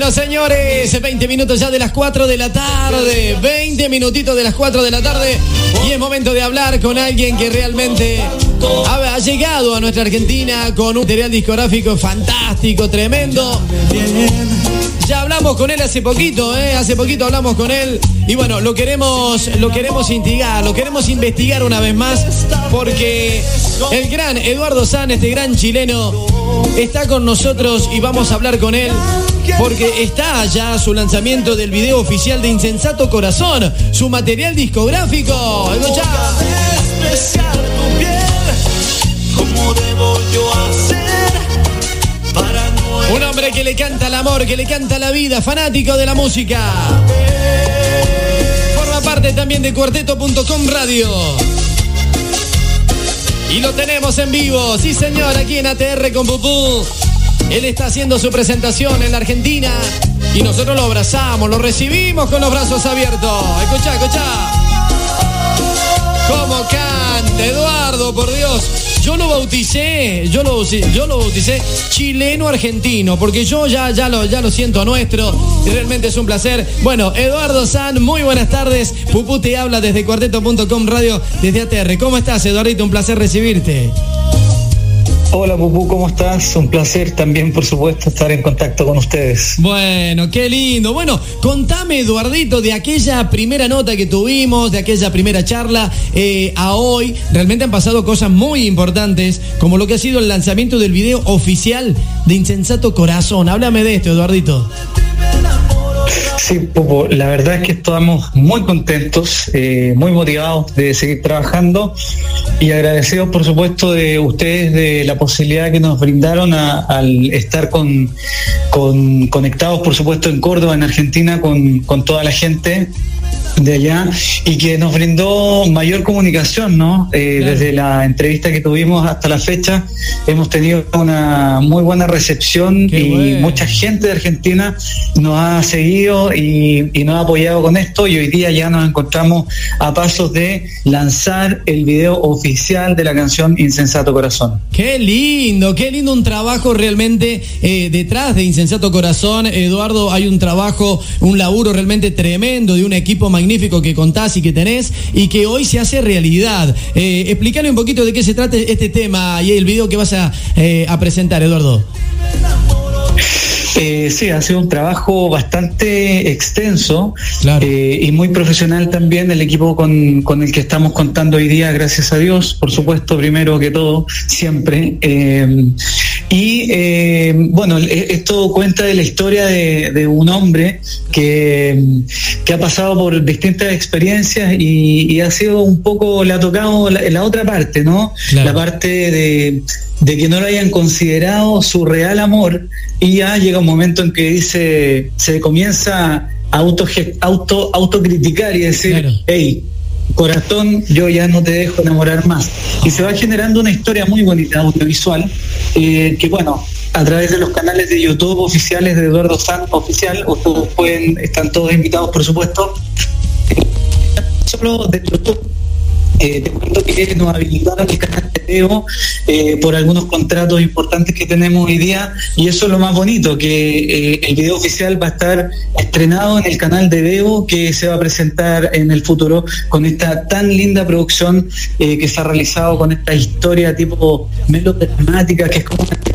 Bueno, señores, 20 minutos ya de las 4 de la tarde. 20 minutitos de las 4 de la tarde. Y es momento de hablar con alguien que realmente ha llegado a nuestra Argentina con un material discográfico fantástico, tremendo. Ya hablamos con él hace poquito, hace poquito hablamos con él. Y bueno, lo queremos instigar, lo queremos investigar una vez más, porque el gran Eduardo San, este gran chileno, está con nosotros y vamos a hablar con él, porque está ya su lanzamiento del video oficial de Insensato Corazón, su material discográfico. Escuchá. Un hombre que le canta el amor, que le canta la vida, fanático de la música. Forma parte también de Cuarteto.com Radio. Y lo tenemos en vivo, sí señor, aquí en ATR con Pupú. Él está haciendo su presentación en la Argentina y nosotros lo abrazamos, lo recibimos con los brazos abiertos. Escuchá, escuchá. ¿Cómo canta Eduardo, por Dios? Yo lo bauticé chileno-argentino, porque yo ya lo siento nuestro, y realmente es un placer. Bueno, Eduardo San, muy buenas tardes. Pupú te habla desde Cuarteto.com Radio, desde ATR. ¿Cómo estás, Eduardito? Un placer recibirte. Hola, Pupú, ¿cómo estás? Un placer también, por supuesto, estar en contacto con ustedes. Bueno, qué lindo. Bueno, contame, Eduardito, de aquella primera nota que tuvimos, de aquella primera charla a hoy. Realmente han pasado cosas muy importantes, como lo que ha sido el lanzamiento del video oficial de Insensato Corazón. Háblame de esto, Eduardito. Sí, Pupo, la verdad es que estamos muy contentos, muy motivados de seguir trabajando y agradecidos, por supuesto, de ustedes de la posibilidad que nos brindaron al estar conectados, por supuesto, en Córdoba, en Argentina, con toda la gente de allá, y que nos brindó mayor comunicación, ¿no? Claro. Desde la entrevista que tuvimos hasta la fecha hemos tenido una muy buena recepción. Qué y bueno. Mucha gente de Argentina nos ha seguido y nos ha apoyado con esto, y hoy día ya nos encontramos a pasos de lanzar el video oficial de la canción Insensato Corazón. Qué lindo un trabajo realmente detrás de Insensato Corazón, Eduardo. Hay un trabajo, un laburo realmente tremendo de un equipo magnífico que contás y que tenés y que hoy se hace realidad. Explícale un poquito de qué se trata este tema y el video que vas a presentar, Eduardo. Sí, ha sido un trabajo bastante extenso, claro. Y muy profesional también el equipo con el que estamos contando hoy día, gracias a Dios, por supuesto, primero que todo, siempre. Bueno, esto cuenta de la historia de un hombre que ha pasado por distintas experiencias y ha sido un poco, le ha tocado la otra parte, ¿no? Claro. La parte de que no lo hayan considerado su real amor, y ya llega un momento en que se comienza a autocriticar y decir, claro. Hey, corazón, yo ya no te dejo enamorar más. Y se va generando una historia muy bonita, audiovisual, que bueno, a través de los canales de YouTube oficiales de Eduardo San Oficial, ustedes están todos invitados, por supuesto, solo de YouTube. Te cuento que nos habilitaron el canal de Veo por algunos contratos importantes que tenemos hoy día, y eso es lo más bonito, que el video oficial va a estar estrenado en el canal de Veo, que se va a presentar en el futuro con esta tan linda producción que se ha realizado con esta historia tipo melodramática, que es como una...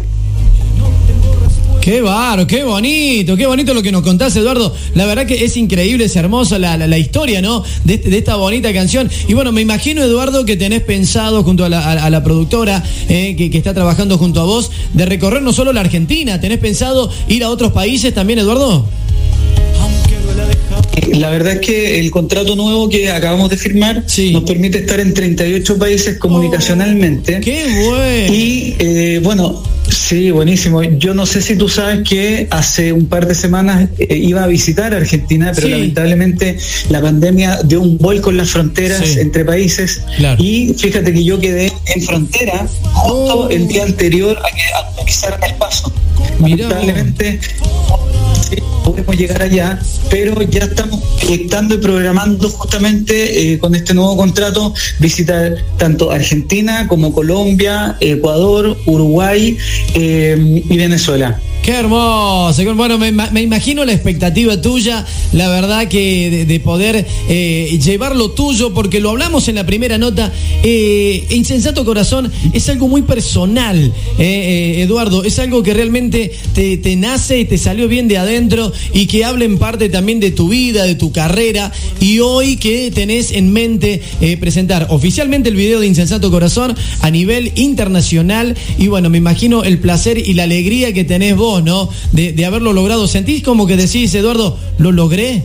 Qué bárbaro, qué bonito lo que nos contás, Eduardo. La verdad que es increíble, es hermosa la historia, ¿no? De esta bonita canción. Y bueno, me imagino, Eduardo, que tenés pensado junto a la productora que está trabajando junto a vos, de recorrer no solo la Argentina. ¿Tenés pensado ir a otros países también, Eduardo? La verdad es que el contrato nuevo que acabamos de firmar, sí, nos permite estar en 38 países comunicacionalmente. ¡Qué bueno! Y bueno, sí, buenísimo. Yo no sé si tú sabes que hace un par de semanas iba a visitar Argentina, pero sí, lamentablemente la pandemia dio un vuelco en las fronteras, sí, entre países. Claro. Y fíjate que yo quedé en frontera justo el día anterior a que autorizaran el paso. Lamentablemente podemos llegar allá, pero ya estamos proyectando y programando justamente con este nuevo contrato visitar tanto Argentina como Colombia, Ecuador, Uruguay y Venezuela. Qué hermoso. Bueno, me imagino la expectativa tuya, la verdad que de poder llevar lo tuyo, porque lo hablamos en la primera nota. Insensato Corazón es algo muy personal, Eduardo. Es algo que realmente te nace y te salió bien de adentro y que habla en parte también de tu vida, de tu carrera. Y hoy que tenés en mente presentar oficialmente el video de Insensato Corazón a nivel internacional. Y bueno, me imagino el placer y la alegría que tenés vos, ¿no? De haberlo logrado. ¿Sentís como que decís, Eduardo, lo logré?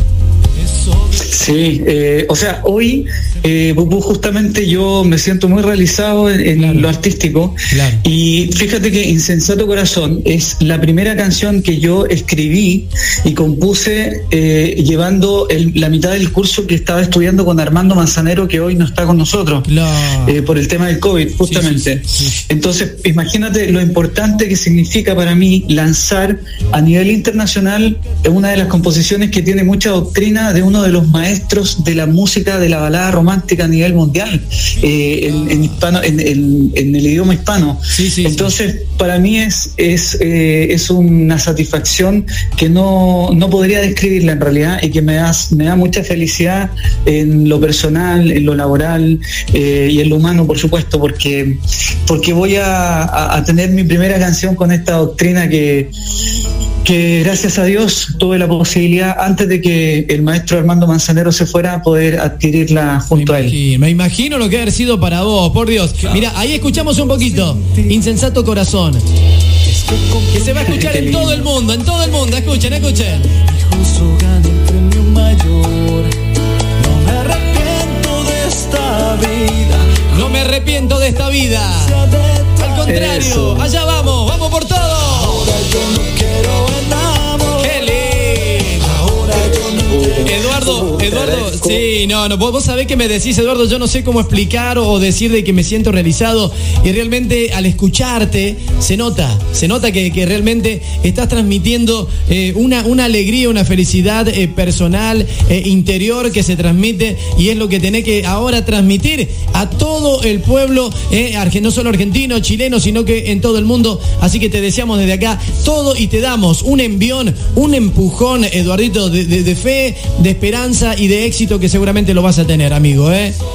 Sí, o sea, hoy justamente yo me siento muy realizado en lo artístico. Claro. Y fíjate que Insensato Corazón es la primera canción que yo escribí y compuse llevando la mitad del curso que estaba estudiando con Armando Manzanero, que hoy no está con nosotros, Claro. por el tema del COVID, justamente. Sí. Entonces, imagínate lo importante que significa para mí lanzar a nivel internacional una de las composiciones que tiene mucha doctrina de uno de los maestros de la música de la balada romántica a nivel mundial, en hispano, en el idioma hispano. Entonces, para mí es una satisfacción que no podría describirla en realidad, y que me da mucha felicidad en lo personal, en lo laboral y en lo humano, por supuesto, porque voy a tener mi primera canción con esta doctrina que gracias a Dios tuve la posibilidad, antes de que el maestro Armando Manzanero se fuera, poder adquirirla junto a él. Me imagino lo que haber sido para vos, por Dios. Mira, ahí escuchamos un poquito, Insensato Corazón, que se va a escuchar en todo el mundo, escuchen. Justo gané el premio mayor. No me arrepiento de esta vida. No me arrepiento de esta vida. Al contrario, Eso. allá vamos por todo. Ahora yo no quiero enamorar. ¡Qué lindo! Ahora yo no Eduardo, sí, no, vos sabés que me decís, Eduardo, yo no sé cómo explicar o decir de que me siento realizado, y realmente al escucharte se nota que realmente estás transmitiendo una alegría, una felicidad personal, interior, que se transmite, y es lo que tenés que ahora transmitir a todo el pueblo, no solo argentino, chileno, sino que en todo el mundo. Así que te deseamos desde acá todo y te damos un envión, un empujón, Eduardito, de fe, de esperanza y de éxito, que seguramente lo vas a tener, amigo,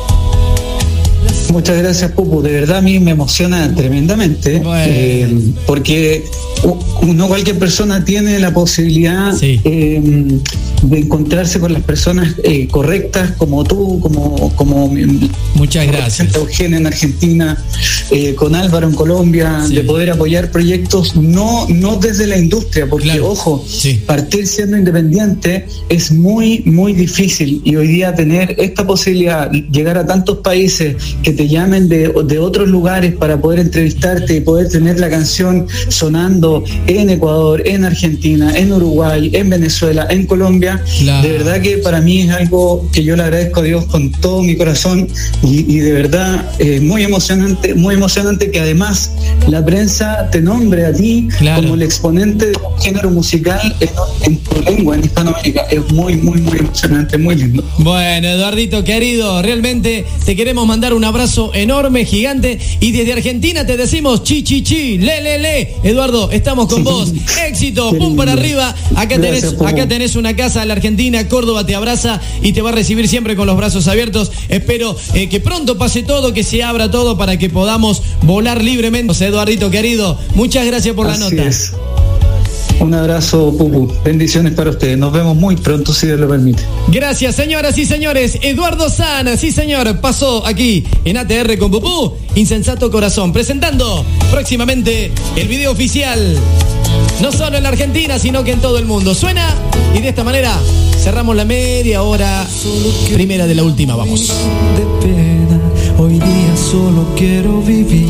Muchas gracias, Pupu. De verdad a mí me emociona tremendamente, porque no cualquier persona tiene la posibilidad de encontrarse con las personas correctas, como tú, como muchas gracias. Eugenio en Argentina, con Álvaro en Colombia, de poder apoyar proyectos no desde la industria, porque ojo, partir siendo independiente es muy, muy difícil, y hoy día tener esta posibilidad, llegar a tantos países que te llamen de otros lugares para poder entrevistarte y poder tener la canción sonando en Ecuador, en Argentina, en Uruguay, en Venezuela, en Colombia, de verdad que para mí es algo que yo le agradezco a Dios con todo mi corazón, y de verdad muy emocionante que además la prensa te nombre a ti como el exponente de un género musical en tu lengua, en Hispanoamérica. Es muy, muy, muy emocionante, muy lindo. Bueno, Eduardito querido, realmente te queremos mandar un abrazo enorme, gigante, y desde Argentina te decimos chi, chi, chi, le. Eduardo, estamos con vos. Éxito, pum para arriba. Acá tenés una casa, la Argentina, Córdoba te abraza y te va a recibir siempre con los brazos abiertos. Espero que pronto pase todo, que se abra todo para que podamos volar libremente. Eduardito querido, muchas gracias por la nota. Es. Un abrazo, Pupu. Bendiciones para ustedes. Nos vemos muy pronto, si Dios lo permite. Gracias, señoras y señores. Eduardo San, sí señor, pasó aquí en ATR con Pupú, Insensato Corazón, presentando próximamente el video oficial, no solo en la Argentina, sino que en todo el mundo. Suena, y de esta manera cerramos la media hora primera de la última. Vamos. De pena, hoy día solo quiero vivir.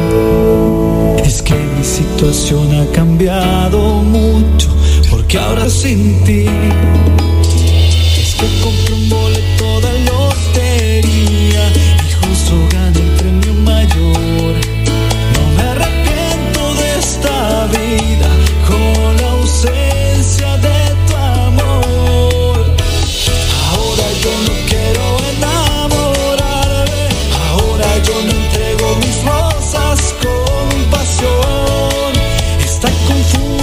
Es que mi situación ha cambiado mucho, porque ahora sin ti. Es que compré un boleto de lotería y justo gané el premio mayor. No me arrepiento de esta vida con la ausencia de tu amor. Ahora yo no quiero enamorarme, ahora yo no entrego mis rosas con pasión. Está confuso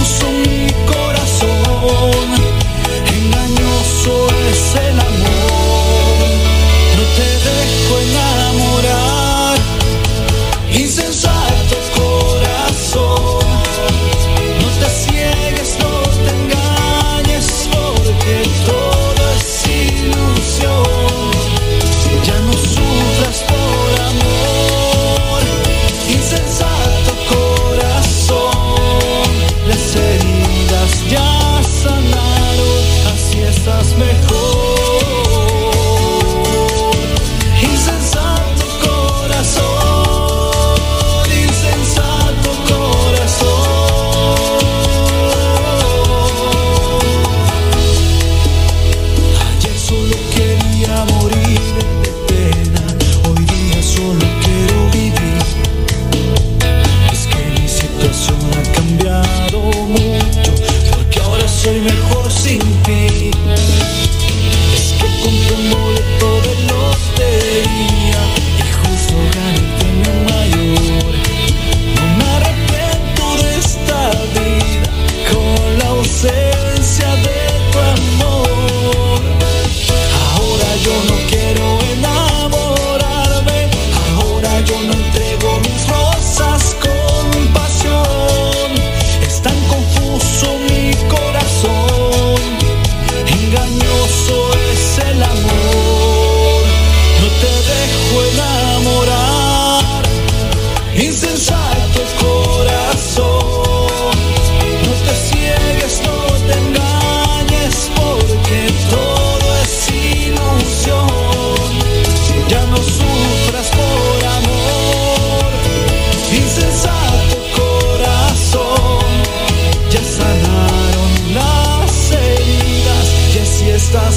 ausencia de tu amor. Ahora yo no quiero enamorarme, ahora yo no entrego mis rosas con pasión. Es tan confuso mi corazón, engañoso es el amor. No te dejo enamorar, insensato corazón. No te ciegues, no te engañes, porque todo es ilusión. Ya no sufras por amor, insensato corazón. Ya sanaron las heridas y así estás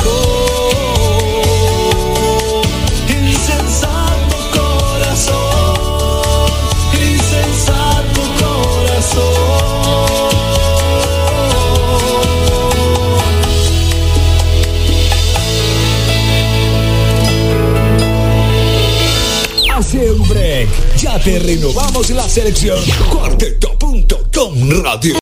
mejor. Insensato corazón, insensato corazón. Hace un break, ya te renovamos la selección. Cuarteto.com Radio.